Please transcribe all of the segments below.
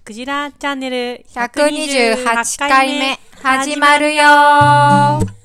クジラチャンネル 128回目始まるよー。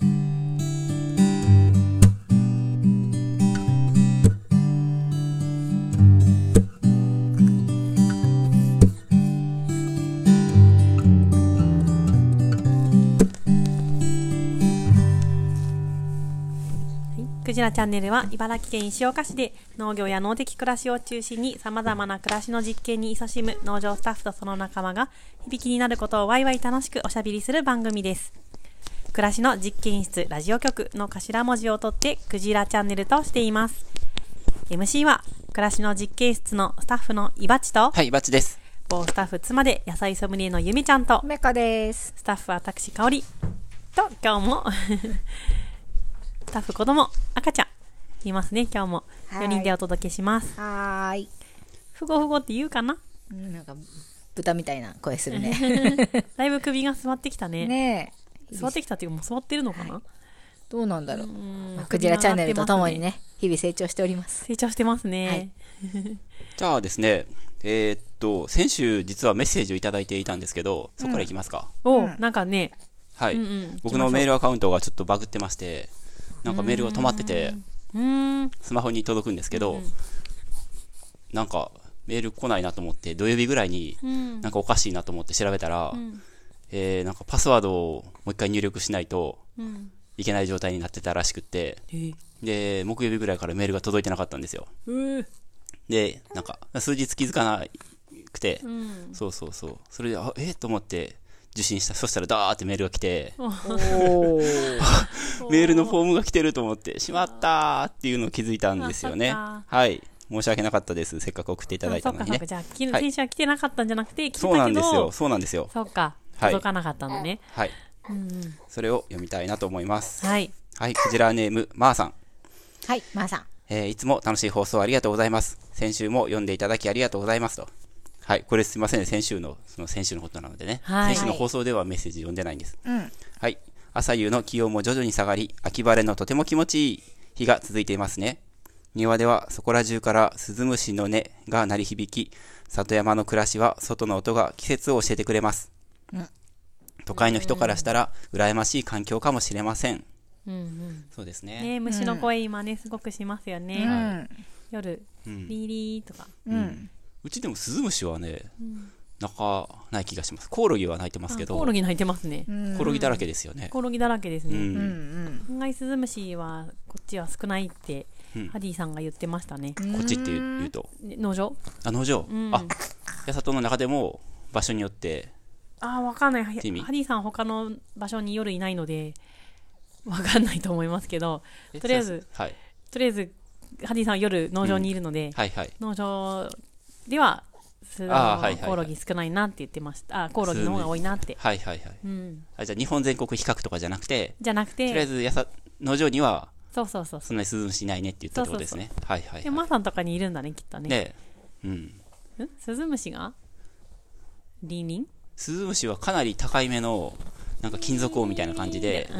クジラチャンネルは茨城県石岡市で農業や農的暮らしを中心に様々な暮らしの実験に勤しむ農場スタッフとその仲間が響きになることをワイワイ楽しくおしゃべりする番組です。暮らしの実験室ラジオ局の頭文字を取ってクジラチャンネルとしています。MC は暮らしの実験室のスタッフのいばちと、 はい、バッチです。 某スタッフ妻で野菜ソムリエのゆみちゃんと、 めかです。 スタッフ私かおりと、今日もスタッフ子供赤ちゃんいますね。今日も4人でお届けします。 はーい。 ふごふごって言うかな。 なんか豚みたいな声するね。 だいぶ首が座ってきたね。 ねえ。 座ってきたっていうかもう座ってるのかな、はい、 どうなんだろう。クジラチャンネルとともにね、日々成長しております。 成長してますね。はい、 じゃあですね、先週実はメッセージをいただいていたんですけど、そこからいきますか。 なんかね、 はい、僕のメールアカウントがちょっとバグってまして、なんかメールが止まってて、スマホに届くんですけど、なんかメール来ないなと思って土曜日ぐらいになんかおかしいなと思って調べたら、なんかパスワードをもう一回入力しないといけない状態になってたらしくって、で木曜日ぐらいからメールが届いてなかったんですよ。でなんか数日気づかなくて、そうそれでと思って受信した。そしたらダーってメールが来てメールのフォームが来てると思ってしまったーっていうのを気づいたんですよね。はい、申し訳なかったです。せっかく送っていただいたのにね。 じゃあ先週は来てなかったんじゃなくて、来てたけどそうなんですよ。 そうか、届かなかったのね。 はい、それを読みたいなと思います。 はい、 クジラネームまーさん。 はい、まーさん。 いつも楽しい放送ありがとうございます。先週も読んでいただきありがとうございますと。はい、これすいませんね、先週のことなのでね、先週の放送ではメッセージ読んでないんです。はい、朝夕の気温も徐々に下がり、秋晴れのとても気持ちいい日が続いていますね。庭ではそこら中からスズムシの音が鳴り響き、里山の暮らしは外の音が季節を教えてくれます。都会の人からしたら羨ましい環境かもしれません。そうですね。 虫の声今ねすごくしますよね。夜リリーとか。 うちでもスズムシはね、鳴かない気がします。コオロギは鳴いてますけど。 コオロギ鳴いてますね。 コオロギだらけですよね。 コオロギだらけですね。案外スズムシはこっちは少ないって、ハディさんが言ってましたね。 こっちって言うと農場？ 農場。八里の中でも場所によって。 わかんない。ハディさん他の場所に夜いないのでわかんないと思いますけど、とりあえずハディさんは夜農場にいるので、農場ではコオロギ少ないなって言ってました。コオロギの方が多いなって。じゃあ日本全国比較とかじゃなくて、 とりあえず農場にはそんなにスズムシいないねって言ったってことですね。 でマーさんとかにいるんだね、きっとね。スズムシがリンリン？ スズムシはかなり高いめのなんか金属音みたいな感じで、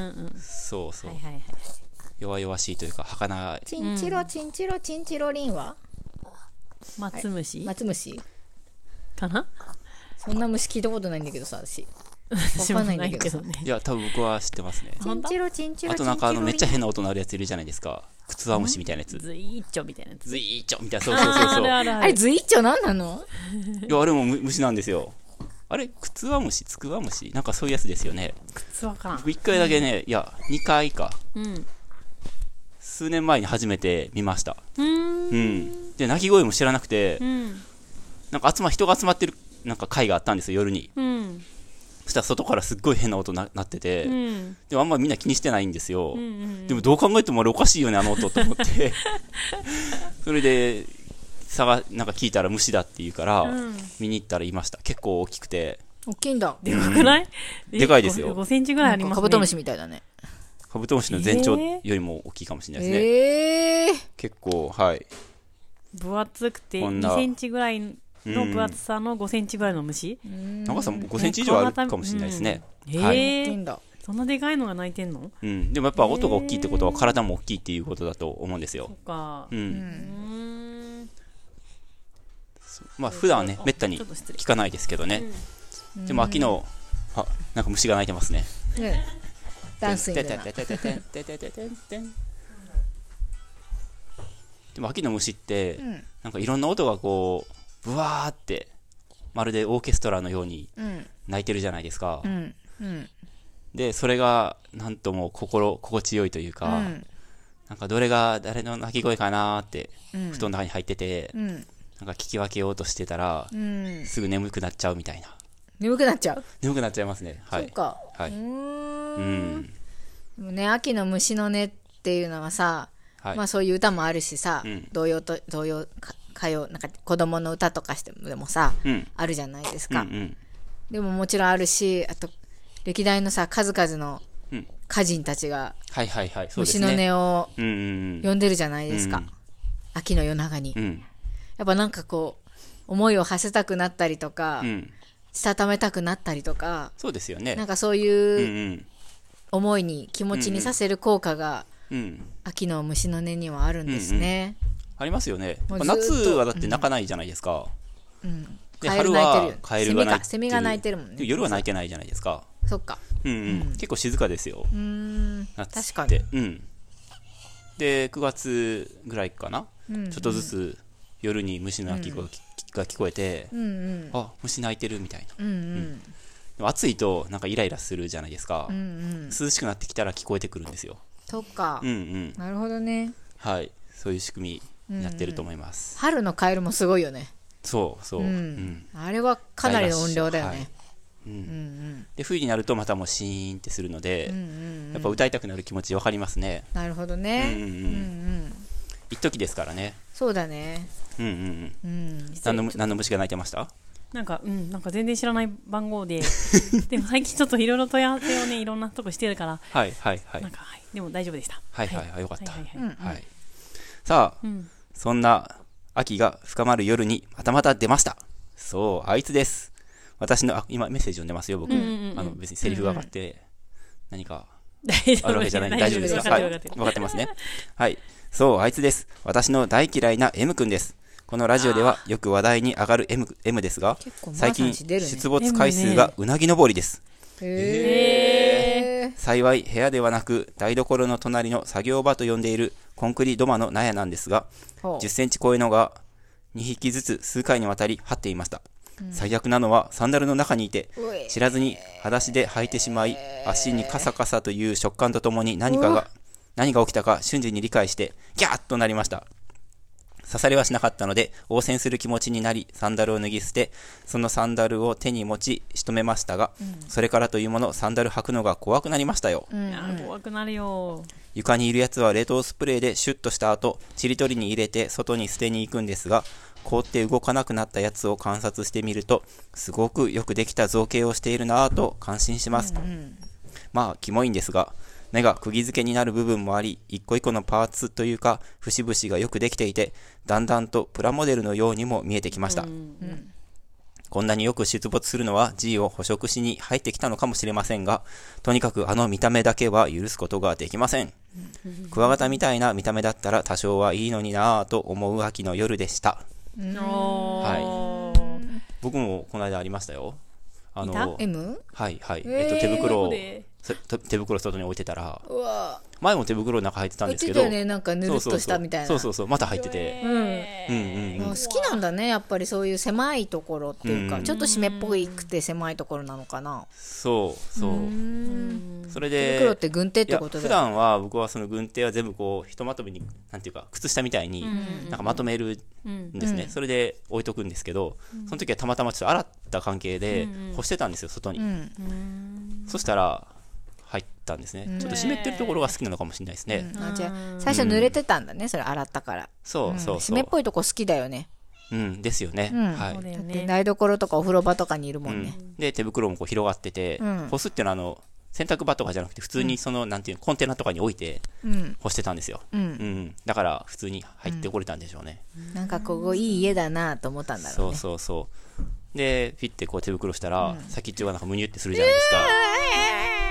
弱々しいというか儚い。 チンチロチンチロチンチロリンはマツムシかな。 そんな虫聞いたことないんだけどさ、私わかんないんだけどね。 いや多分僕は知ってますね。 チンチロチンチロ。 あとなんかめっちゃ変な音のあるやついるじゃないですか。クツワムシみたいなやつ。 ズイッチョみたいなやつ。 ズイッチョみたいな。そうあれズイッチョなんなの？ いやあれも虫なんですよ。あれクツワムシツクワムシなんかそういうやつですよね。 クツワかな。 僕1回だけね、いや2回か、数年前に初めて見ました。で鳴き声も知らなくて、なんか人が集まってるなんか会があったんですよ、夜に。そしたら外からすっごい変な音なってて、でもあんまりみんな気にしてないんですよ。でもどう考えてもあれおかしいよね、あの音と思ってそれでなんか聞いたら虫だって言うから、見に行ったらいました。結構大きくて。 大きいんだ。 でかくない？ でかいですよ。 5センチぐらいありますね。 カブトムシみたいだね。 カブトムシの全長よりも大きいかもしれないですね。結構分厚くて2センチぐらいの分厚さの5センチぐらいの虫。 長さも5センチ以上あるかもしれないですね。 そんなでかいのが鳴いてんの？ でもやっぱ音が大きいってことは体も大きいっていうことだと思うんですよ。 まあ普段ねめったにちょっと失礼聞かないですけどね、でも秋のなんか虫が鳴いてますね。 ねダンスみたいな。 ててててててててててんでも秋の虫ってなんかいろんな音がこうブワーってまるでオーケストラのように鳴いてるじゃないですか。でそれがなんとも心地よいというか、なんかどれが誰の鳴き声かなーって布団の中に入ってて、なんか聞き分けようとしてたら、すぐ眠くなっちゃうみたいな。 眠くなっちゃう。 眠くなっちゃいますね。はい。 そうか。 はい。 でもね、秋の虫の音っていうのはさ、 はい、 まあそういう歌もあるしさ、童謡歌謡なんか子供の歌とかしてもさ、あるじゃないですか。でももちろんあるし、あと歴代のさ数々の歌人たちが虫の音を呼んでるじゃないですか。秋の夜長に、やっぱなんかこう思いを馳せたくなったりとか、したためたくなったりとか、 そうですよね。 なんかそういう思いに気持ちにさせる効果が、秋の虫の音にはあるんですね。 ありますよね。夏はだって鳴かないじゃないですか。で春はカエルが鳴いてる、 セミが鳴いてるもんね。 夜は鳴いてないじゃないですか。 そっか。 結構静かですよ。 確かに。 で9月ぐらいかな、ちょっとずつ夜に虫の鳴き声が聞こえて、あ、虫鳴いてるみたいな。でも暑いとなんかイライラするじゃないですか。涼しくなってきたら聞こえてくるんですよ。 そっか。なるほどね。 はい、そういう仕組みになってると思います。 春のカエルもすごいよね。 そうそう。 あれはかなりの音量だよね。 で冬になるとまたもうシーンってするので、やっぱ歌いたくなる気持ち分かりますね。 なるほどね。 一時ですからね。 そうだね。 何の虫が鳴いてました？ なんか全然知らない番号ででも最近ちょっといろいろ問い合わせをねいろんなとこしてるから、なんかでも大丈夫でした。 よかった。さあ、そんな秋が深まる夜にまた出ました。そう、あいつです。私の今メッセージ読んでますよ僕。別にセリフが上がって何かあるわけじゃない。大丈夫ですか？はい、分かってますね。はい、そうあいつです。私の大嫌いな M 君です。このラジオではよく話題に上がる M ですが、最近出没回数がうなぎ登りです。幸い部屋ではなく台所の隣の作業場と呼んでいるコンクリ土間の納屋なんですが、10センチ超えのが2匹ずつ数回にわたり張っていました。最悪なのはサンダルの中にいて知らずに裸足で履いてしまい、足にカサカサという食感とともに何が起きたか瞬時に理解してギャーッとなりました。刺されはしなかったので応戦する気持ちになり、サンダルを脱ぎ捨てそのサンダルを手に持ち仕留めましたが、それからというものサンダル履くのが怖くなりましたよ。 怖くなるよ。 床にいるやつは冷凍スプレーでシュッとした後ちりとりに入れて外に捨てに行くんですが、凍って動かなくなったやつを観察してみるとすごくよくできた造形をしているなぁと感心します。まあキモいんですが目が釘付けになる部分もあり、一個一個のパーツというか節々がよくできていてだんだんとプラモデルのようにも見えてきました。こんなによく出没するのは G を捕食しに入ってきたのかもしれませんが、とにかくあの見た目だけは許すことができません。クワガタみたいな見た目だったら多少はいいのになぁと思う秋の夜でした。僕もこの間ありましたよ。 M？ はい、手袋外に置いてたら、前も手袋の中入ってたんですけど、 なんかぬるっとしたみたいな。 そうまた入ってて、 好きなんだねやっぱりそういう狭いところっていうか、ちょっと湿っぽくて狭いところなのかな。 そうそれで手袋って軍手ってことだよ。 普段は僕はその軍手は全部こうひとまとめになんていうか靴下みたいになんかまとめるんですね。それで置いとくんですけど、その時はたまたまちょっと洗った関係で干してたんですよ外に。そしたら入ったんですね。ちょっと湿ってるところが好きなのかもしれないですね。 じゃあ最初濡れてたんだね、それ洗ったから。 そう湿っぽいとこ好きだよね。 ですよね。 だって台所とかお風呂場とかにいるもんね。 で手袋もこう広がってて、干すっていうのは洗濯場とかじゃなくて普通にそのなんていうコンテナとかに置いて干してたんですよ。だから普通に入ってこれたんでしょうね。 なんかここいい家だなと思ったんだろうね。 そうでピッてこう手袋したら先っちょがなんかムニュってするじゃないですか。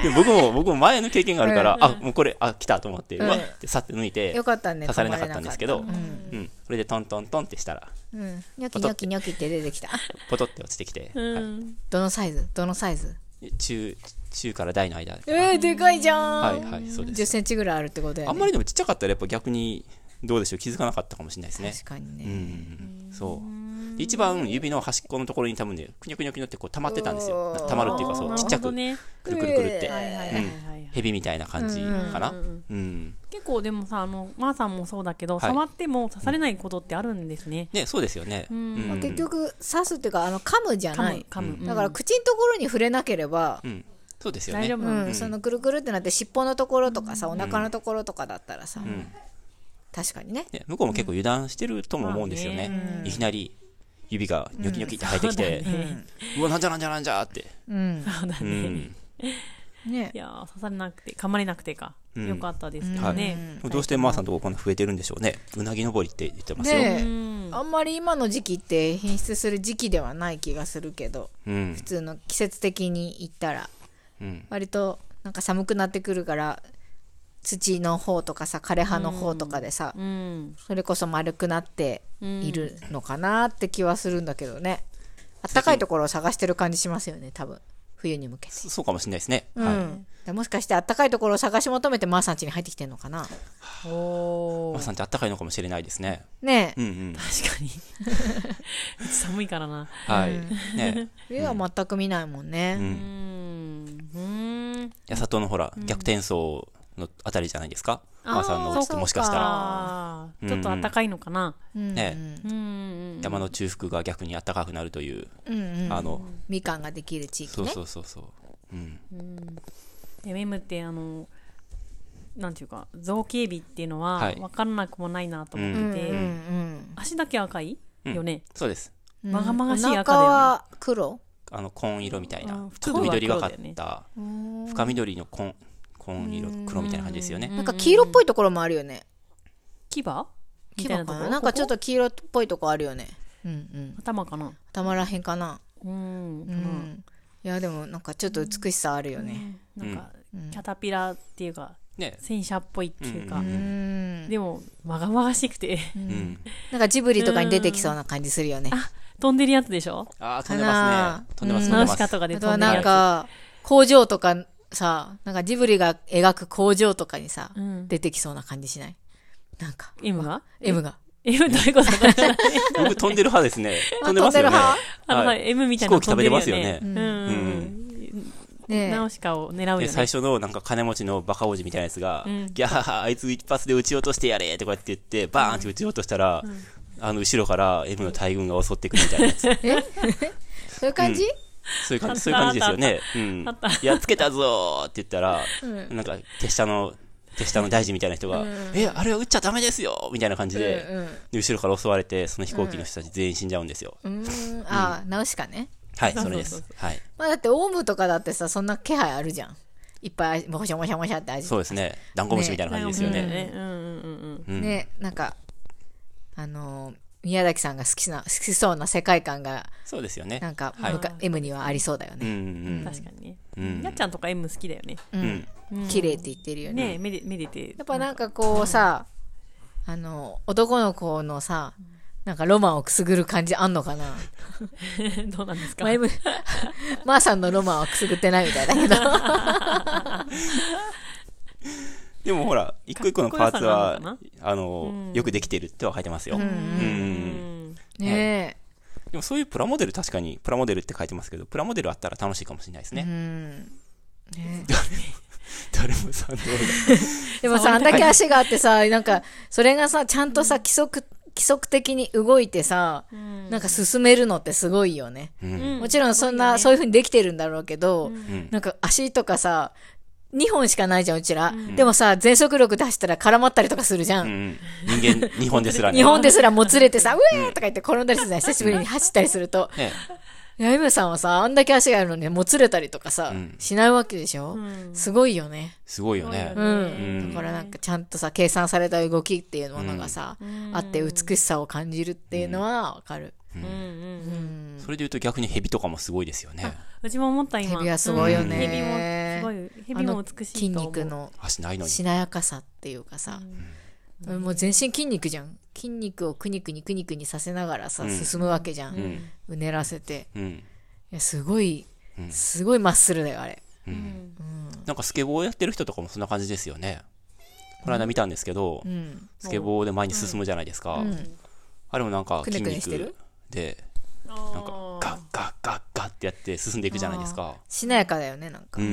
でも僕も前の経験があるから、もうこれ、来たと思って、うわってさって抜いて、 よかったね、 刺されなかったんですけど、それでトントントンってしたら、 ニョキニョキニョキって出てきた。 ポトって落ちてきて、 どのサイズ中から大の間。 でかいじゃん。 はいはい、そうです。 10センチぐらいあるってことだよね。 あんまりでもちっちゃかったらやっぱ逆に、どうでしょう、気づかなかったかもしれないですね。 確かにね。 そう。一番指の端っこのところに多分ね、くにょくにょくにょってこう溜まってたんですよ。溜まるっていうか、そう、ちっちゃく、くるくるくるって。蛇みたいな感じかな。 結構でもさ、まーさんもそうだけど、触っても刺されないことってあるんですね。 ね、そうですよね。 結局、刺すっていうか、噛むじゃない。 噛む。 だから、口のところに触れなければ、 そうですよね。 大丈夫。 そのくるくるってなって尻尾のところとかさ、お腹のところとかだったらさ、確かにね。 向こうも結構油断してるとも思うんですよね。いきなり指がニョキニョキって生えてきて、うわ、なんじゃなんじゃなんじゃって。 そうだね。いや刺されなくて、噛まれなくてか。よかったですよね。 どうしてまーさんのとここんな増えてるんでしょうね。うなぎ登りって言ってますよ。 あんまり今の時期って品質する時期ではない気がするけど、普通の季節的に言ったら、割となんか寒くなってくるから土の方とかさ、枯れ葉の方とかでさ、それこそ丸くなっているのかなって気はするんだけどね。あったかいところを探してる感じしますよね、多分冬に向けて。 そうかもしれないですね。 もしかしてあったかいところを探し求めてマーさん家に入ってきてんのかな。 マーさん家あったかいのかもしれないですね。 ねえ、確かに寒いからな。 はい。 ね、冬は全く見ないもんね。 八里のほら逆転走のあたりじゃないですか。マーさんのお家ってもしかしたらちょっと暖かいのかな。 ね、山の中腹が逆に暖かくなるという、 みかんができる地域ね。 そう。 MM ってなんていうか造形美っていうのは分からなくもないなと思ってて、足だけ赤いよね。 そうです。 まがまがしい赤だよね。 中は黒？ 紺色みたいな、ちょっと緑がかった深緑の紺色、黒みたいな感じですよね。 なんか黄色っぽいところもあるよね。 牙みたいなところ。 なんかちょっと黄色っぽいとこあるよね。 頭かな。 頭らへんかな。いやでもなんかちょっと美しさあるよね。 なんかキャタピラっていうか戦車っぽいっていうか、でもまがまがしくて、 なんかジブリとかに出てきそうな感じするよね。 飛んでるやつでしょ。 飛んでますね。飛んでます。 ナウシカとかで飛んでるやつ。 なんか工場とかさ、なんかジブリが描く工場とかにさ、出てきそうな感じしない？なんか M が M どういうこと僕飛んでる派ですね。飛んでますよね。 M みたいな飛行機食べてますよね。 ナウシカを狙うよね。 最初のなんか金持ちのバカ王子みたいなやつが、ギャーあいつ一発で撃ち落としてやれとかって言ってバーンって撃ち落としたら、後ろから M の大軍が襲ってくるみたいなやつ。 そういう感じ？ そういう感じですよね。やっつけたぞーって言ったら、なんか手下の大臣みたいな人が、あれは撃っちゃダメですよみたいな感じで、後ろから襲われて、その飛行機の人たち全員死んじゃうんですよ。 ナウシカね。 はい、それです。はい。 まあだってオウムとかだってさ、そんな気配あるじゃん。いっぱいもしゃもしゃもしゃって味。 そうですね。ダンゴムシみたいな感じですよね。 ね、なんか宮崎さんが好きそうな世界観が、 そうですよね。 なんか M にはありそうだよね。 確かにね。やっちゃんとか M 好きだよね。 綺麗って言ってるよね。 めでて。 やっぱなんかこうさ、男の子のさ、なんかロマンをくすぐる感じあんのかな。 どうなんですか。 マーさんのロマンはくすぐってないみたいだけど。 でもほら、一個一個のパーツは、よくできてるっては書いてますよ。 ねえ。 でもそういうプラモデル、確かにプラモデルって書いてますけど、プラモデルあったら楽しいかもしれないですね。誰もさ、 でもさ、あんだけ足があってさ、なんか、それがさ、ちゃんとさ、規則的に動いてさ、なんか進めるのってすごいよね。もちろんそういう風にできてるんだろうけど、なんか足とかさ、2本しかないじゃん、うちら。でもさ、全速力で走ったら絡まったりとかするじゃん。 人間、2本ですらね。 2本ですらもつれてさ、うえーとか言って転んだりするじゃん、久しぶりに走ったりすると。M さんはさ、あんだけ足があるのにもつれたりとかさ、しないわけでしょ。すごいよね。 すごいよね。 だからなんかちゃんとさ、計算された動きっていうものがさ、あって美しさを感じるっていうのはわかる。 それで言うと逆にヘビとかもすごいですよね。 うちも思った今。 ヘビはすごいよね。 ヘビもね。 すごい蛇も美しいと思う。 筋肉の足ないのに。 しなやかさっていうかさ、もう全身筋肉じゃん。筋肉をくにくにくにくにさせながらさ、進むわけじゃん。うねらせて。いや、すごいマッスルだよ、あれ。 なんかスケボーやってる人とかもそんな感じですよね。この間見たんですけど、スケボーで前に進むじゃないですか。あれもなんか筋肉で、なんかガッガッガッガッってやって進んでいくじゃないですか。 しなやかだよね、なんか。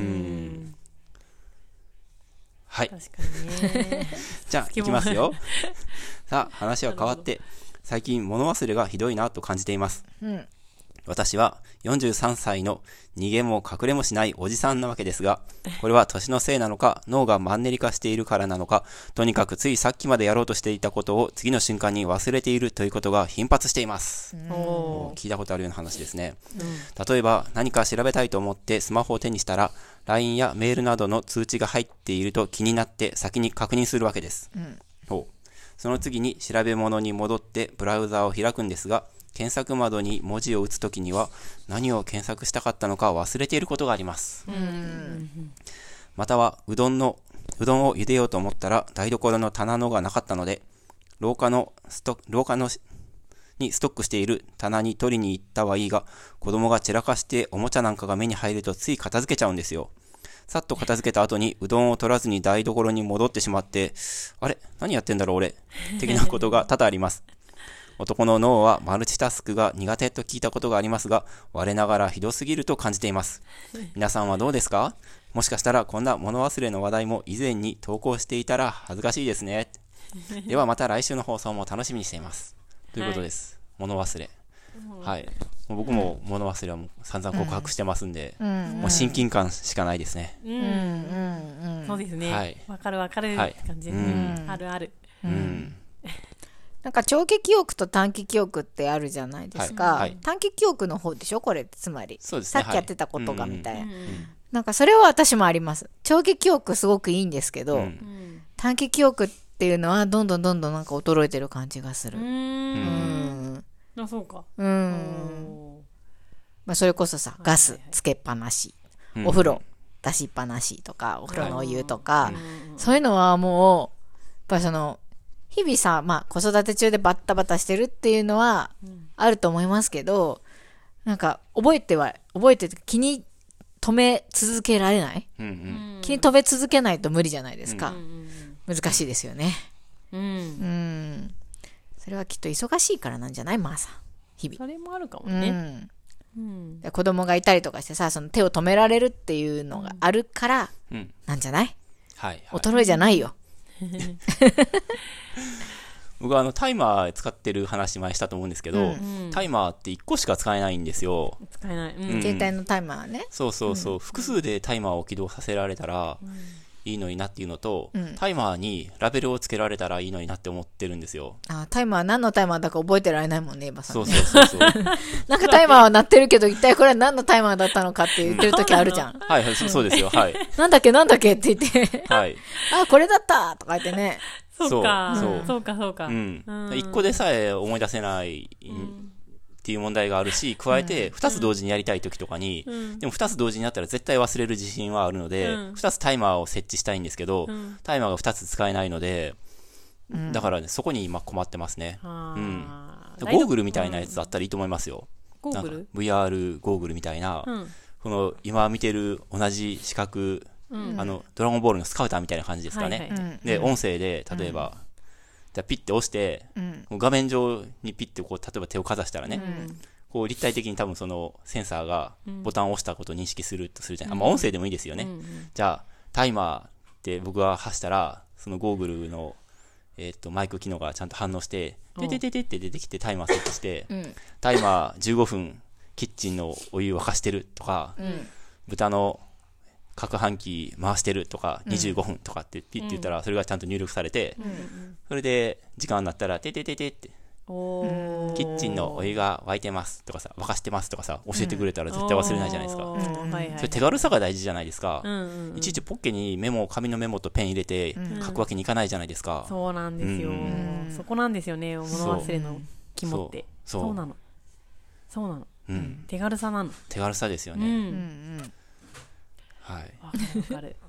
はい。 確かにね。 じゃあ、いきますよ。さあ、話は変わって、最近物忘れがひどいなと感じています。私は43歳の逃げも隠れもしないおじさんなわけですが、これは年のせいなのか、脳がマンネリ化しているからなのか、とにかくついさっきまでやろうとしていたことを次の瞬間に忘れているということが頻発しています。聞いたことあるような話ですね。例えば何か調べたいと思ってスマホを手にしたら、LINE やメールなどの通知が入っていると気になって先に確認するわけです。その次に調べ物に戻ってブラウザを開くんですが、検索窓に文字を打つときには何を検索したかったのか忘れていることがあります。またはうどんを茹でようと思ったら台所の棚のがなかったので、廊下にストックしている棚に取りに行ったはいいが、子供が散らかしておもちゃなんかが目に入るとつい片付けちゃうんですよ。さっと片付けた後にうどんを取らずに台所に戻ってしまって、あれ何やってんだろう俺的なことが多々あります。男の脳はマルチタスクが苦手と聞いたことがありますが、我ながらひどすぎると感じています。皆さんはどうですか？もしかしたらこんな物忘れの話題も以前に投稿していたら恥ずかしいですね。ではまた来週の放送も楽しみにしています。ということです。物忘れ。はい。僕も物忘れはもう散々告白してますんで、もう親近感しかないですね。 そうですね。 はい。 わかるって感じですね。あるある。 なんか長期記憶と短期記憶ってあるじゃないですか。短期記憶の方でしょこれつまり。 そうですね。 さっきやってたことがみたいな。なんかそれは私もあります。長期記憶すごくいいんですけど、短期記憶っていうのはどんどんなんか衰えてる感じがする。 あ、そうか。 まあそれこそさ、ガスつけっぱなし、お風呂出しっぱなしとか、お風呂のお湯とか、そういうのはもう、やっぱりその、日々さ、まあ子育て中でバッタバタしてるっていうのはあると思いますけど、なんか覚えて気に留め続けられない、気に留め続けないと無理じゃないですか。難しいですよね。それはきっと忙しいからなんじゃないまあさ、日々。 それもあるかもね。 子供がいたりとかしてさ、その手を止められるっていうのがあるから、なんじゃない？衰えじゃないよ。 僕はタイマー使ってる話前したと思うんですけど、タイマーって1個しか使えないんですよ。 使えない。 携帯のタイマーね。 そう複数でタイマーを起動させられたらいいのになっていうのと、タイマーにラベルをつけられたらいいのになって思ってるんですよ。 タイマー何のタイマーだか覚えてられないもんね、エヴァさんね。 そうなんかタイマーは鳴ってるけど、一体これは何のタイマーだったのかって言ってる時あるじゃん。 はい、そうですよ。はい。 なんだっけって言って。 はい。 これだったとか言ってね。 そうか。 1個でさえ思い出せないっていう問題があるし、加えて2つ同時にやりたい時とかに、でも2つ同時になったら絶対忘れる自信はあるので、2つタイマーを設置したいんですけど、タイマーが2つ使えないので、だからね、そこに今困ってますね。ゴーグルみたいなやつあったらいいと思いますよ。 ゴーグル？ VR ゴーグルみたいな、この今見てる同じ四角、ドラゴンボールのスカウターみたいな感じですかね。で、音声で、例えば、じゃピッて押して、画面上にピッてこう、例えば手をかざしたらね、こう立体的に多分そのセンサーがボタンを押したことを認識するとするじゃない。まあ音声でもいいですよね。じゃあ、タイマーって僕が発したら、そのゴーグルの、マイク機能がちゃんと反応して、ててててって出てきてタイマー設置して、タイマー15分キッチンのお湯沸かしてるとか、豚の攪拌機回してるとか、25分とかってピッて言ったら、それがちゃんと入力されて、それで時間になったら、ててててって、キッチンのお湯が沸いてますとかさ、沸かしてますとかさ、教えてくれたら絶対忘れないじゃないですか。それ手軽さが大事じゃないですか。いちいちポッケに紙のメモとペン入れて書くわけにいかないじゃないですか。 そうなんですよ。そこなんですよね、物忘れの肝って。そうなの。手軽さなの。 手軽さですよね。 はい。 わかる。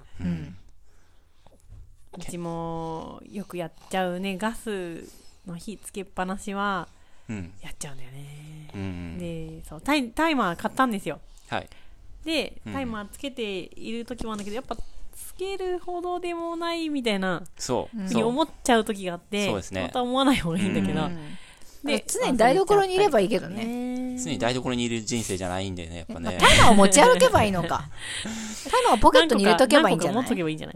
うちもよくやっちゃうね。ガスの火つけっぱなしはやっちゃうんだよね。で、そうタイマー買ったんですよ。 はい。 で、タイマーつけている時もあるんだけど、やっぱつけるほどでもないみたいなふうに思っちゃう時があって、 そうですね。 また思わない方がいいんだけど。 で常に台所にいればいいけどね。 常に台所にいる人生じゃないんでね、やっぱね。 タイマーを持ち歩けばいいのか。タイマーをポケットに入れとけばいいんじゃない？ 持っとけばいいんじゃない？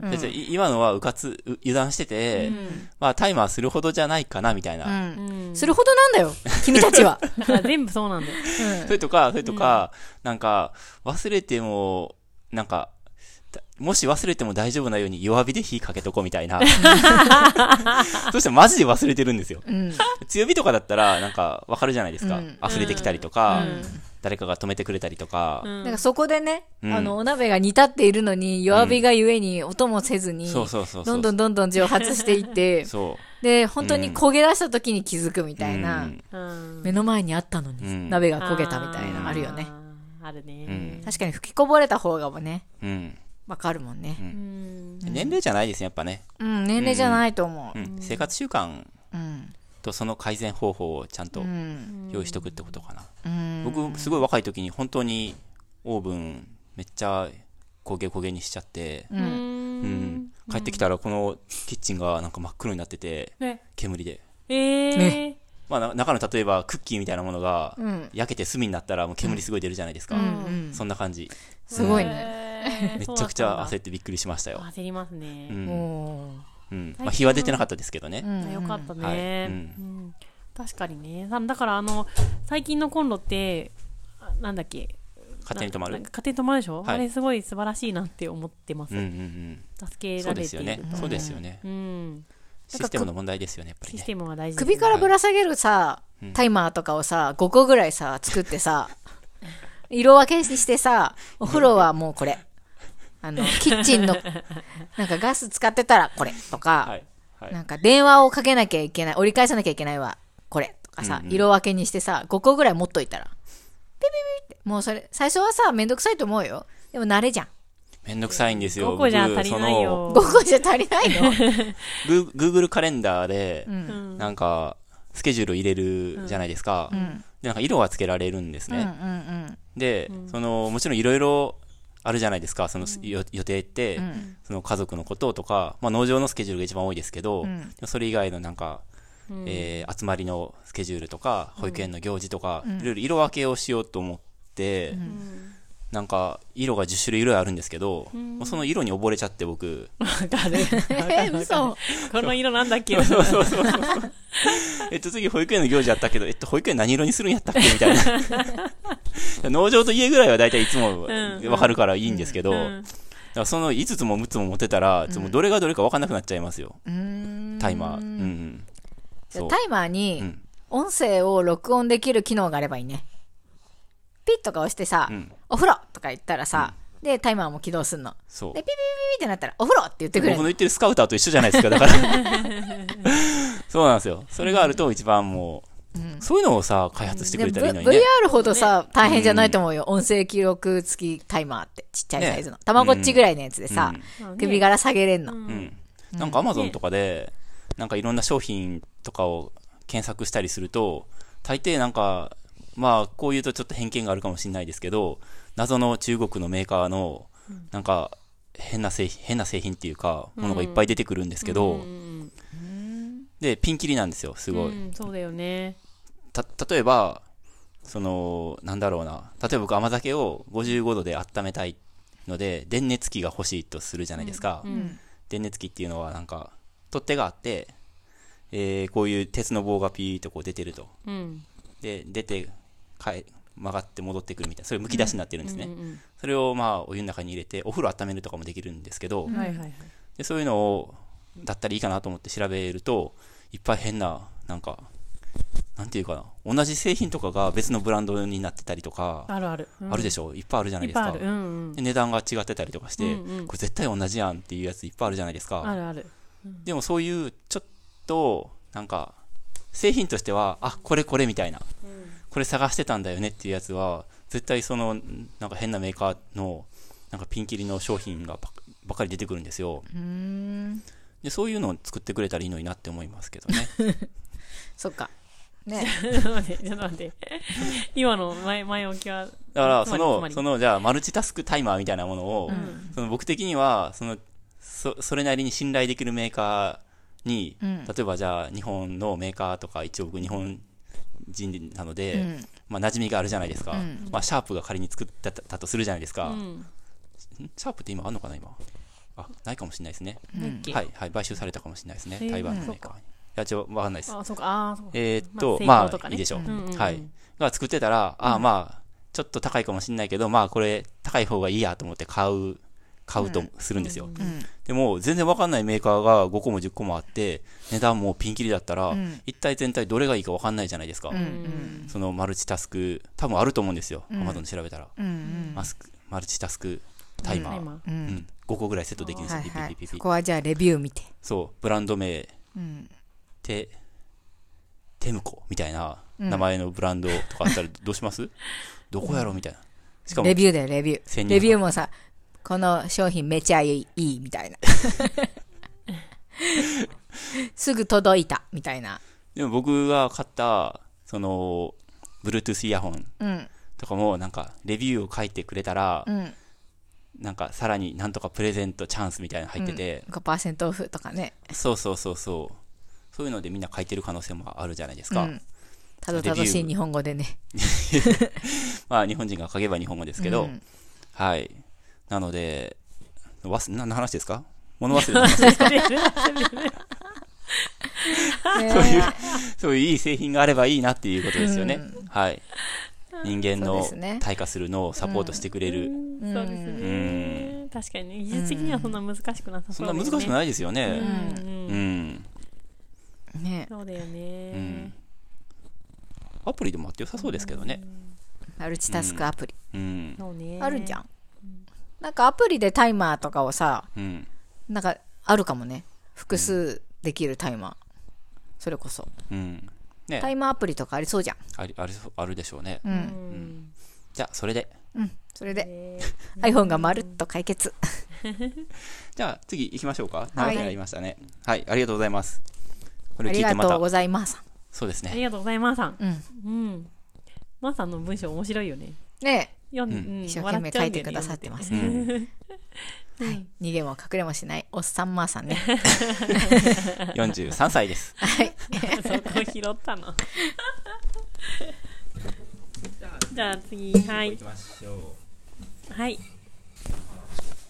今のは油断してて、まあタイマーするほどじゃないかなみたいな。 するほどなんだよ、君たちは。 だから全部そうなんだよ。 それとか、なんか忘れてもなんか。もし忘れても大丈夫なように弱火で火かけとこうみたいな。そしたらマジで忘れてるんですよ。強火とかだったらなんかわかるじゃないですか。溢れてきたりとか、誰かが止めてくれたりとか。 なんかそこでね、お鍋が煮立っているのに弱火がゆえに音もせずに、どんどん蒸発していって、で、本当に焦げ出した時に気づくみたいな。目の前にあったのに、鍋が焦げたみたいな、あるよね。 あるね。 確かに吹きこぼれた方がね。わかるもんね、 年齢じゃないですね、やっぱね。 年齢じゃないと思う。 生活習慣とその改善方法をちゃんと用意しとくってことかな。僕、すごい若い時に本当にオーブンめっちゃ焦げにしちゃって、帰ってきたらこのキッチンがなんか真っ黒になってて、煙で。まあ、中の例えばクッキーみたいなものが焼けて炭になったらもう煙すごい出るじゃないですか。そんな感じ。 すごいね。 めちゃくちゃ焦ってびっくりしましたよ。 焦りますね。 まあ火は出てなかったですけどね。 よかったね。確かにね。だから最近のコンロってなんだっけ、 勝手に止まる。 勝手に止まるでしょ。あれすごい素晴らしいなって思ってます。助けられている。 そうですよね。システムの問題ですよね、やっぱりね。 システムが大事。 首からぶら下げるさ、タイマーとかをさ、5個ぐらいさ作ってさ、色分けにしてさ、お風呂はもうこれ。キッチンの、なんかガス使ってたらこれとか、なんか電話をかけなきゃいけない、折り返さなきゃいけないわ、これとかさ、色分けにしてさ、5個ぐらい持っといたら、ピピピって、もうそれ、最初はさ、めんどくさいと思うよ。でも慣れじゃん。 めんどくさいんですよ。 5個じゃ足りないよ。 5個じゃ足りないの ？Google カレンダーで、なんか、スケジュール入れるじゃないですか。で、なんか色がつけられるんですね。で、もちろんいろいろあるじゃないですか、その予定って、その家族のこととか、まあ農場のスケジュールが一番多いですけど、それ以外のなんか、集まりのスケジュールとか、保育園の行事とか、いろいろ色分けをしようと思って、なんか色が10種類ぐらいあるんですけど、その色に溺れちゃって僕。 わかる。 嘘。 この色なんだっけ。 次保育園の行事あったけど、保育園何色にするんやったっけみたいな。農場と家ぐらいは大体いつもわかるからいいんですけど、だからその5つも6つも持ってたら、どれがどれか分かんなくなっちゃいますよ。タイマー。 タイマーに音声を録音できる機能があればいいね。ピッとか押してさ、お風呂とか言ったらさ、で、タイマーも起動すんの。で、ピピピピってなったら、お風呂って言ってくれる。 僕の言ってるスカウターと一緒じゃないですか、だから。そうなんですよ。それがあると一番もう、そういうのをさ、開発してくれたらいいのにね。 VR ほどさ、大変じゃないと思うよ。音声記録付きタイマーって。ちっちゃいサイズの。たまごっちぐらいのやつでさ、首から下げれんの。 なんか Amazon とかで、なんかいろんな商品とかを検索したりすると、大抵なんか、まあ、こう言うとちょっと偏見があるかもしれないですけど、謎の中国のメーカーの、なんか、変な製品っていうか、ものがいっぱい出てくるんですけど、で、ピンキリなんですよ、すごい。 そうだよね。 例えば、なんだろうな。例えば僕甘酒を55度で温めたいので、電熱器が欲しいとするじゃないですか。電熱器っていうのはなんか、取っ手があって、こういう鉄の棒がピーっとこう出てると。で、出て、曲がって戻ってくるみたいな、それむき出しになってるんですね。それをまあお湯の中に入れてお風呂温めるとかもできるんですけど、でそういうのをだったらいいかなと思って調べると、いっぱい変な、なんかなんていうかな、同じ製品とかが別のブランドになってたりとか、あるでしょ、いっぱいあるじゃないですか。で値段が違ってたりとかして、これ絶対同じやんっていうやついっぱいあるじゃないですか。でもそういうちょっとなんか製品としては、あ、これみたいな、これ探してたんだよねっていうやつは絶対なんか変なメーカーのなんかピンキリの商品がばっかり出てくるんですよ。でそういうのを作ってくれたらいいのになって思いますけどね。 そっかね。 ちょっと待って今の前置きはだからそのじゃあマルチタスクタイマーみたいなものを、その僕的にはそれなりに信頼できるメーカーに、例えばじゃあ日本のメーカーとか、一応僕日本人なので、まあ馴染みがあるじゃないですか。まあシャープが仮に作ってたとするじゃないですか。シャープって今あんのかな今。ないかもしれないですね。はいはい、買収されたかもしれないですね。台湾のメーカーに。いやちょっとわかんないです。まあいいでしょう。はい。が作ってたら、まあちょっと高いかもしれないけど、まあこれ高い方がいいやと思って買うとするんですよ。でも全然わかんないメーカーが5個も10個もあって、値段もピンキリだったら、一体全体どれがいいかわかんないじゃないですか。そのマルチタスク、多分あると思うんですよ。Amazon で調べたら。マルチタスクタイマー。5個ぐらいセットできるんですよ。 そこはじゃあレビュー見て。 そう、ブランド名、テムコみたいな名前のブランドとかあったらどうします？どこやろみたいな。しかもレビューだよ、レビュー。レビューもさ、この商品めちゃいいみたいな。すぐ届いたみたいな。 でも僕が買ったその Bluetooth イヤホンとかもなんかレビューを書いてくれたら、なんかさらになんとかプレゼントチャンスみたいなの入ってて、 5% オフとかね。 そういうのでみんな書いてる可能性もあるじゃないですか。 たどたどしい日本語でね。 まあ日本人が書けば日本語ですけど、はい。なので、何の話ですか？物忘れの話ですか？そういういい製品があればいいなっていうことですよね。はい。人間の退化するのをサポートしてくれる。 そうですね。確かにね、技術的にはそんな難しくなさそうですね。 そんな難しくないですよね。 そうだよね。 アプリでもあって良さそうですけどね。 マルチタスクアプリ。 あるじゃん。なんかアプリでタイマーとかをさ、なんかあるかもね。複数できるタイマー。それこそ。タイマーアプリとかありそうじゃん。 あるでしょうね。じゃあ、それで。 それで。iPhone がまるっと解決。 じゃあ、次行きましょうか。長くなりましたね。はい、ありがとうございます。 ありがとうございます。 そうですね。 ありがとうございます。マーさんの文章面白いよね。 ねえ。一生懸命書いてくださってますね。逃げも隠れもしないおっさんマーさんね。 43歳です。 はい。そこ拾ったの。じゃあ次、はい。 行きましょう。 はい。